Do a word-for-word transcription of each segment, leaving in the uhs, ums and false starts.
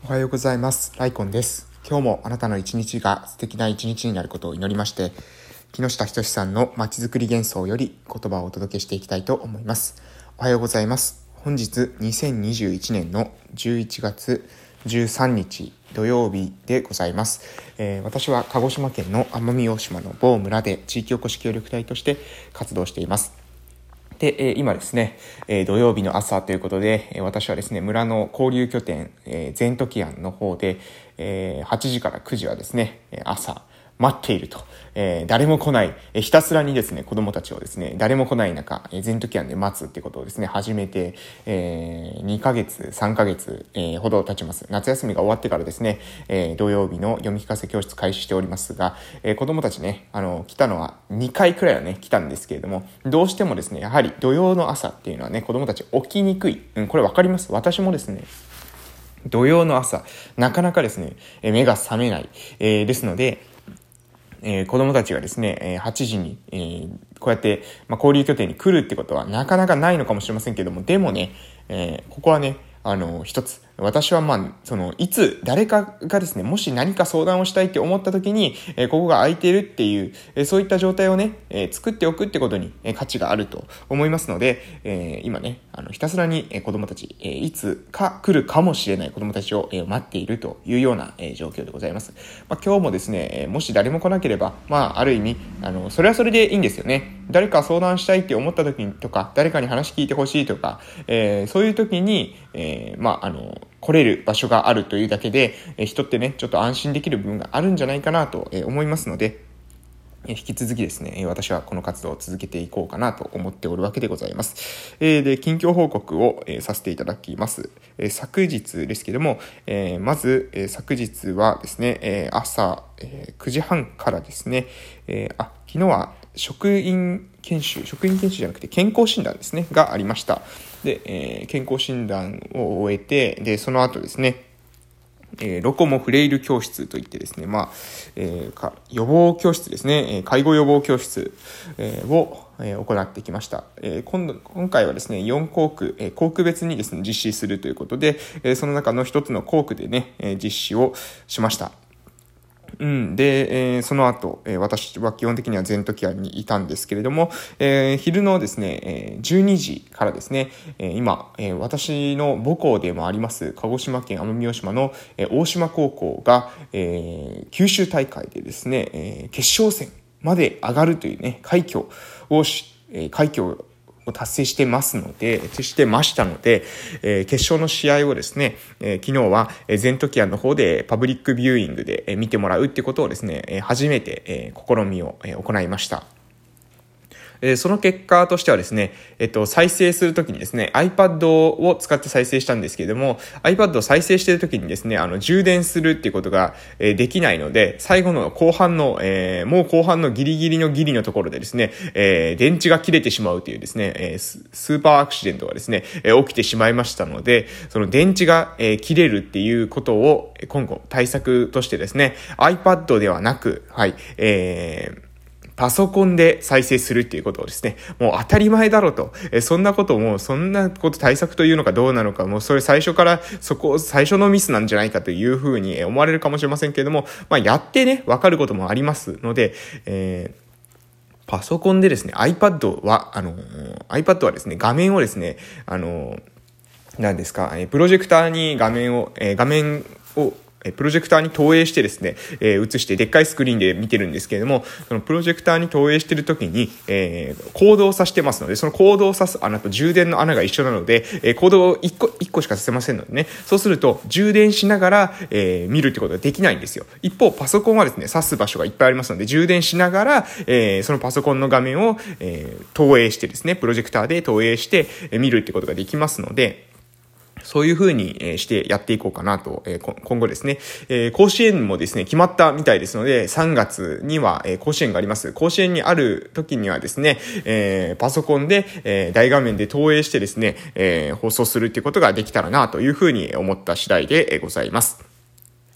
おはようございます。ライコンです。今日もあなたの一日が素敵な一日になることを祈りまして、木下仁さんのまちづくり幻想より言葉をお届けしていきたいと思います。おはようございます。本日にせんにじゅういちねんのじゅういちがつじゅうさんにち土曜日でございます。えー、私は鹿児島県の奄美大島の某村で地域おこし協力隊として活動しています。で、えー、今ですね、えー、土曜日の朝ということで、えー、私はですね、村の交流拠点、えー、ゼントキアンの方で、えー、はちじからくじはですね、朝待っていると、えー、誰も来ない、えー、ひたすらにですね、子供たちをですね、誰も来ない中、えー、ゼントキアンで待つっていうことをですね、始めて、えー、にかげつ、さんかげつ、えー、ほど経ちます。夏休みが終わってからですね、えー、土曜日の読み聞かせ教室開始しておりますが、えー、子供たちね、あの、来たのはにかいくらいはね、来たんですけれども、どうしてもですね、やはり土曜の朝っていうのはね、子供たち起きにくい。うん、これわかります。私もですね、土曜の朝、なかなかですね、目が覚めない。えー、ですので、えー、子供たちがですね、はちじに、えー、こうやって、まあ、交流拠点に来るってことはなかなかないのかもしれませんけども、でもね、えー、ここはね、あの、一つ、私はまあ、その、いつ誰かがですね、もし何か相談をしたいって思った時に、えー、ここが空いているっていう、えー、そういった状態をね、えー、作っておくってことに、えー、価値があると思いますので、えー、今ね、あの、ひたすらに、えー、子供たち、えー、いつか来るかもしれない子供たちを、えー、待っているというような、えー、状況でございます。まあ、今日もですね、えー、もし誰も来なければ、まあ、ある意味、あの、それはそれでいいんですよね。誰か相談したいって思った時にとか、誰かに話聞いてほしいとか、えー、そういう時に、えー、まあ、あの、来れる場所があるというだけで、えー、人ってね、ちょっと安心できる部分があるんじゃないかなと思いますので、引き続きですね、私はこの活動を続けていこうかなと思っておるわけでございます。えー、で、近況報告を、えー、させていただきます。えー、昨日ですけども、えー、まず、えー、昨日はですね、えー、朝、えー、くじはんからですね、えー、あ、昨日は職員研修、職員研修じゃなくて健康診断ですね、がありました。で、えー、健康診断を終えて、で、その後ですね、えー、ロコモフレイル教室といってですね、まあ、えー、か予防教室ですね、えー、介護予防教室、えー、を、えー、行ってきました。えー、今度、今回はですね、よん校区、えー、校区別にですね、実施するということで、えー、その中の一つの校区でね、えー、実施をしました。うん。で、えー、その後、えー、私は基本的にはゼントキアンにいたんですけれども、えー、昼のですね、えー、じゅうにじからですね、えー、今、えー、私の母校でもあります、鹿児島県奄美大島の、えー、大島高校が、えー、九州大会でですね、えー、決勝戦まで上がるというね、快挙をし、えー、快挙をを達成してますので、してましたので、えー、決勝の試合をですね、えー、昨日は、えー、ゼントキアンの方でパブリックビューイングで、えー、見てもらうってことをですね、えー、初めて、えー、試みを、えー、行いました。えー、その結果としてはですね、えっと、再生するときにですね、iPad を使って再生したんですけれども、iPad を再生しているときにですね、あの、充電するっていうことが、えー、できないので、最後の後半の、えー、もう後半のギリギリのギリのところでですね、えー、電池が切れてしまうというですね、えー、スーパーアクシデントがですね、えー、起きてしまいましたので、その電池が、えー、切れるっていうことを、今後対策としてですね、iPad ではなく、はい、えー、パソコンで再生するっていうことをですね、もう当たり前だろうと、えそんなことも、そんなこと対策というのかどうなのか、もうそれ最初からそこ、最初のミスなんじゃないかというふうに思われるかもしれませんけれども、まあやってね、わかることもありますので、えーパソコンでですね、iPad は、あのー、iPad はですね、画面をですね、あのー、何ですか、プロジェクターに画面を、えー、画面を、プロジェクターに投影してですね、えー、映してでっかいスクリーンで見てるんですけれども、そのプロジェクターに投影してるときに、えー、コードを挿してますので、そのコードを挿す穴と充電の穴が一緒なので、えー、コードをいっこ、いっこしか挿せませんのでね、そうすると充電しながら、えー、見るってことができないんですよ。一方、パソコンはですね、挿す場所がいっぱいありますので、充電しながら、えー、そのパソコンの画面を、えー、投影してですね、プロジェクターで投影して、えー、見るってことができますので、そういう風にしてやっていこうかなと、今後ですね、甲子園もですね、決まったみたいですので、さんがつには甲子園があります。甲子園にある時にはですね、パソコンで大画面で投影してですね、放送するっていうことができたらなという風に思った次第でございます。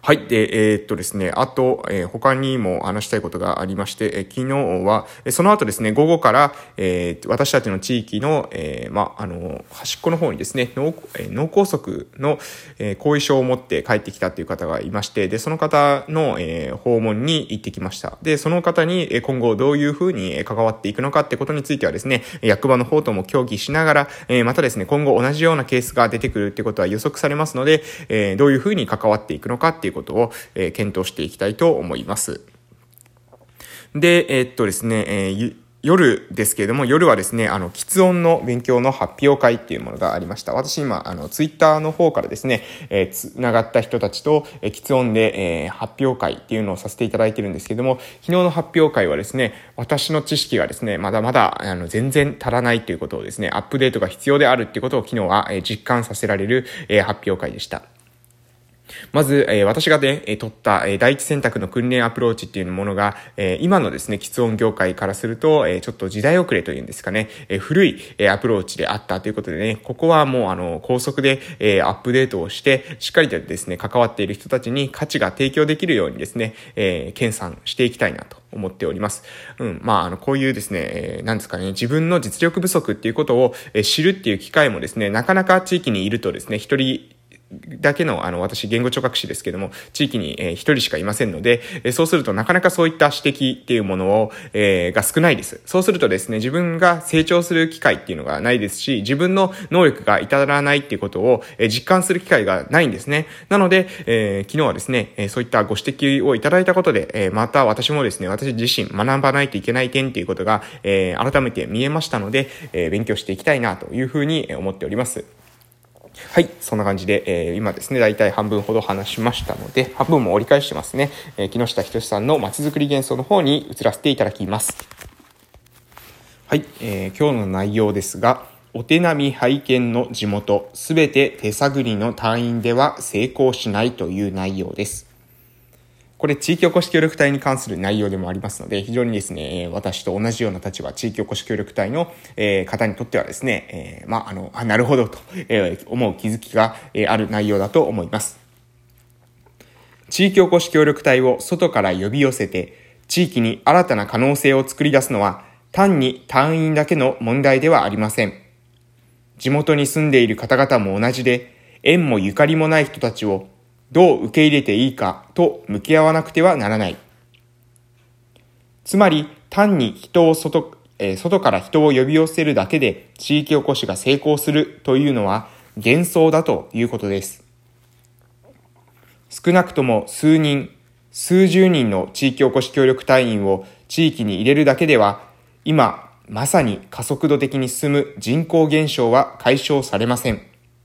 はい。で、えー、っとですね、あと、えー、他にも話したいことがありまして、えー、昨日は、えー、その後ですね、午後から、えー、私たちの地域の、えー、まあ、あの、端っこの方にですね、脳、えー、脳梗塞の、えー、後遺症を持って帰ってきたという方がいまして、で、その方の、えー、訪問に行ってきました。で、その方に、えー、今後どういうふうに関わっていくのかってことについてはですね、役場の方とも協議しながら、えー、またですね、今後同じようなケースが出てくるってことは予測されますので、えー、どういうふうに関わっていくのかっていうことを、えー、検討していきたいと思います。で、えー、っとですね、えー夜ですけれども、夜はですね、あの、喫音の勉強の発表会っていうものがありました。私今、あの、ツイッターの方からですね、えー、つながった人たちと、えー、喫音で、えー、発表会っていうのをさせていただいてるんですけれども、昨日の発表会はですね、私の知識がですね、まだまだ、あの、全然足らないということをですね、アップデートが必要であるっていうことを昨日は、えー、実感させられる、えー、発表会でした。まず、えー、私がね、えー、取った、えー、第一選択の訓練アプローチっていうものが、えー、今のですね、喫音業界からすると、えー、ちょっと時代遅れというんですかね、えー、古い、えー、アプローチであったということでね、ここはもうあの、高速で、えー、アップデートをして、しっかりとですね、関わっている人たちに価値が提供できるようにですね、えー、研鑽していきたいなと思っております。うん、まあ、あの、こういうですね、えー、なんですかね、自分の実力不足っていうことを、えー、知るっていう機会もですね、なかなか地域にいるとですね、一人、だけの、あの、私、言語聴覚士ですけども、地域に、えー、一人しかいませんので、えー、そうするとなかなかそういった指摘っていうものを、えー、が少ないです。そうするとですね、自分が成長する機会っていうのがないですし、自分の能力が至らないっていうことを、えー、実感する機会がないんですね。なので、えー、昨日はですね、えー、そういったご指摘をいただいたことで、えー、また私もですね、私自身学ばないといけない点っていうことが、えー、改めて見えましたので、えー、勉強していきたいなというふうに思っております。はい。そんな感じで、えー、今ですね、だいたい半分ほど話しましたので、半分も折り返してますね。えー、木下仁さんのまちづくり幻想の方に移らせていただきます。はい。えー、今日の内容ですが、お手並み拝見の地元、すべて手探りの隊員では成功しないという内容です。これ地域おこし協力隊に関する内容でもありますので、非常にですね、私と同じような立場、地域おこし協力隊の方にとってはですね、えー、まあ、あの、あ、なるほどと思う気づきがある内容だと思います。地域おこし協力隊を外から呼び寄せて、地域に新たな可能性を作り出すのは、単に隊員だけの問題ではありません。地元に住んでいる方々も同じで、縁もゆかりもない人たちをどう受け入れていいかと向き合わなくてはならない。つまり単に人を外、えー、外から人を呼び寄せるだけで地域おこしが成功するというのは幻想だということです。少なくとも数人、数十人の地域おこし協力隊員を地域に入れるだけでは、今まさに加速度的に進む人口減少は解消されません。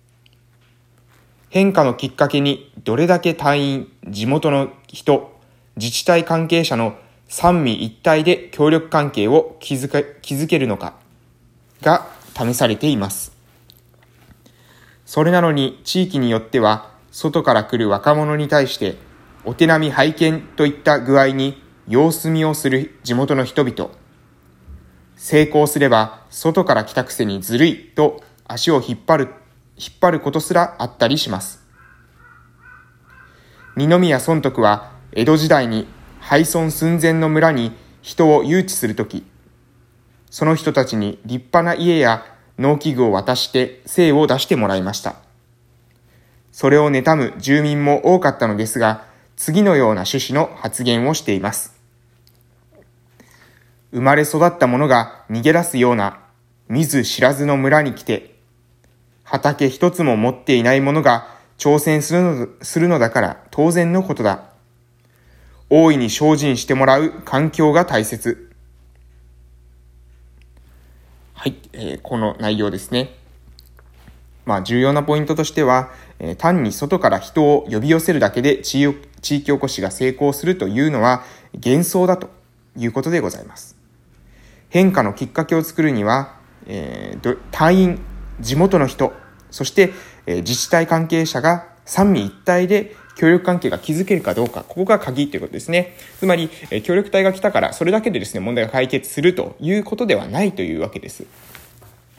変化のきっかけにどれだけ隊員、地元の人、自治体関係者の三位一体で協力関係を築け、築けるのかが試されています。それなのに地域によっては外から来る若者に対してお手並み拝見といった具合に様子見をする地元の人々。成功すれば外から来たくせにずるいと足を引っ張る引っ張ることすらあったりします。二宮尊徳は江戸時代に廃村寸前の村に人を誘致するとき、その人たちに立派な家や農機具を渡して精を出してもらいました。それを妬む住民も多かったのですが、次のような趣旨の発言をしています。生まれ育った者が逃げ出すような見ず知らずの村に来て、畑一つも持っていない者が挑戦するの、するのだから当然のことだ。大いに精進してもらう環境が大切。はい、えー、この内容ですね。まあ重要なポイントとしては、えー、単に外から人を呼び寄せるだけで地域、地域おこしが成功するというのは幻想だということでございます。変化のきっかけを作るには、えー、隊員、地元の人、そして、えー、自治体関係者が三位一体で協力関係が築けるかどうか、ここが鍵ということですね。つまり、えー、協力隊が来たからそれだけでですね、問題が解決するということではないというわけです。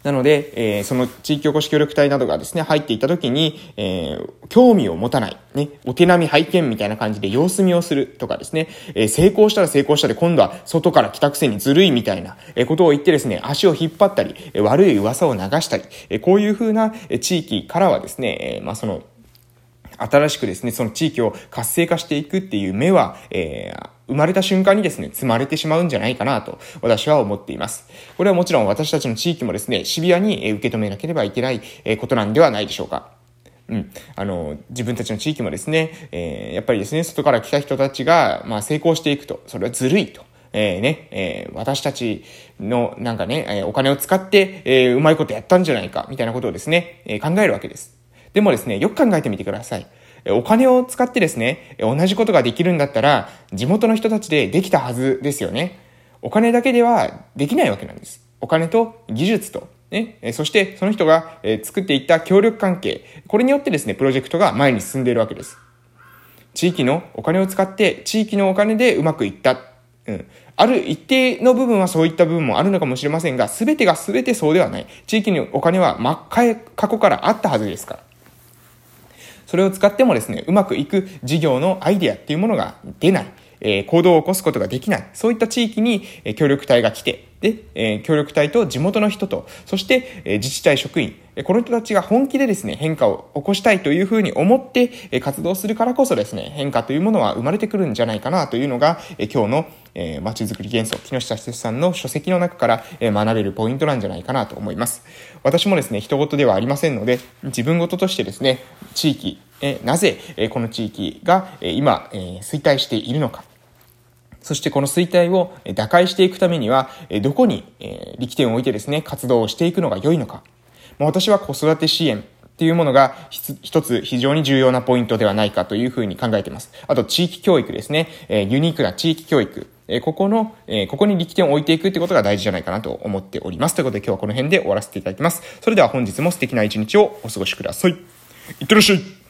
なので、えー、その地域おこし協力隊などがですね、入っていった時に、えー、興味を持たない、ね、お手並み拝見みたいな感じで様子見をするとかですね、えー、成功したら成功したで今度は外から来たくせにずるいみたいなことを言ってですね、足を引っ張ったり、悪い噂を流したり、こういう風な地域からはですね、まあその、新しくですね、その地域を活性化していくっていう目は、えー、生まれた瞬間にですね、積まれてしまうんじゃないかなと、私は思っています。これはもちろん私たちの地域もですね、シビアに受け止めなければいけないことなんではないでしょうか。うん。あの、自分たちの地域もですね、えー、やっぱりですね、外から来た人たちが、まあ、成功していくと、それはずるいと。えー、ね、えー、私たちの、なんかね、えー、お金を使って、えー、うまいことやったんじゃないか、みたいなことをですね、えー、考えるわけです。でもですね、よく考えてみてください。お金を使ってですね、同じことができるんだったら、地元の人たちでできたはずですよね。お金だけではできないわけなんです。お金と技術と、ね、そしてその人が作っていった協力関係、これによってですね、プロジェクトが前に進んでいるわけです。地域のお金を使って、地域のお金でうまくいった。うん。ある一定の部分はそういった部分もあるのかもしれませんが、すべてがすべてそうではない。地域のお金は真っ赤過去からあったはずですから。それを使ってもですね、うまくいく事業のアイデアっていうものが出ない。えー、行動を起こすことができない。そういった地域に、えー、協力隊が来て、で、えー、協力隊と地元の人と、そして、えー、自治体職員、えー、この人たちが本気でですね、変化を起こしたいというふうに思って、えー、活動するからこそですね、変化というものは生まれてくるんじゃないかなというのが、えー、今日の、えー、まちづくり幻想、木下仁さんの書籍の中から、えー、学べるポイントなんじゃないかなと思います。私もですね、人事ではありませんので、自分事としてですね、地域、えー、なぜ、えー、この地域が、えー、今、えー、衰退しているのか、そしてこの衰退を打開していくためには、どこに力点を置いてですね、活動をしていくのが良いのか。私は子育て支援っていうものが一つ非常に重要なポイントではないかというふうに考えています。あと地域教育ですね。ユニークな地域教育。ここの、ここに力点を置いていくってことが大事じゃないかなと思っております。ということで今日はこの辺で終わらせていただきます。それでは本日も素敵な一日をお過ごしください。いってらっしゃい。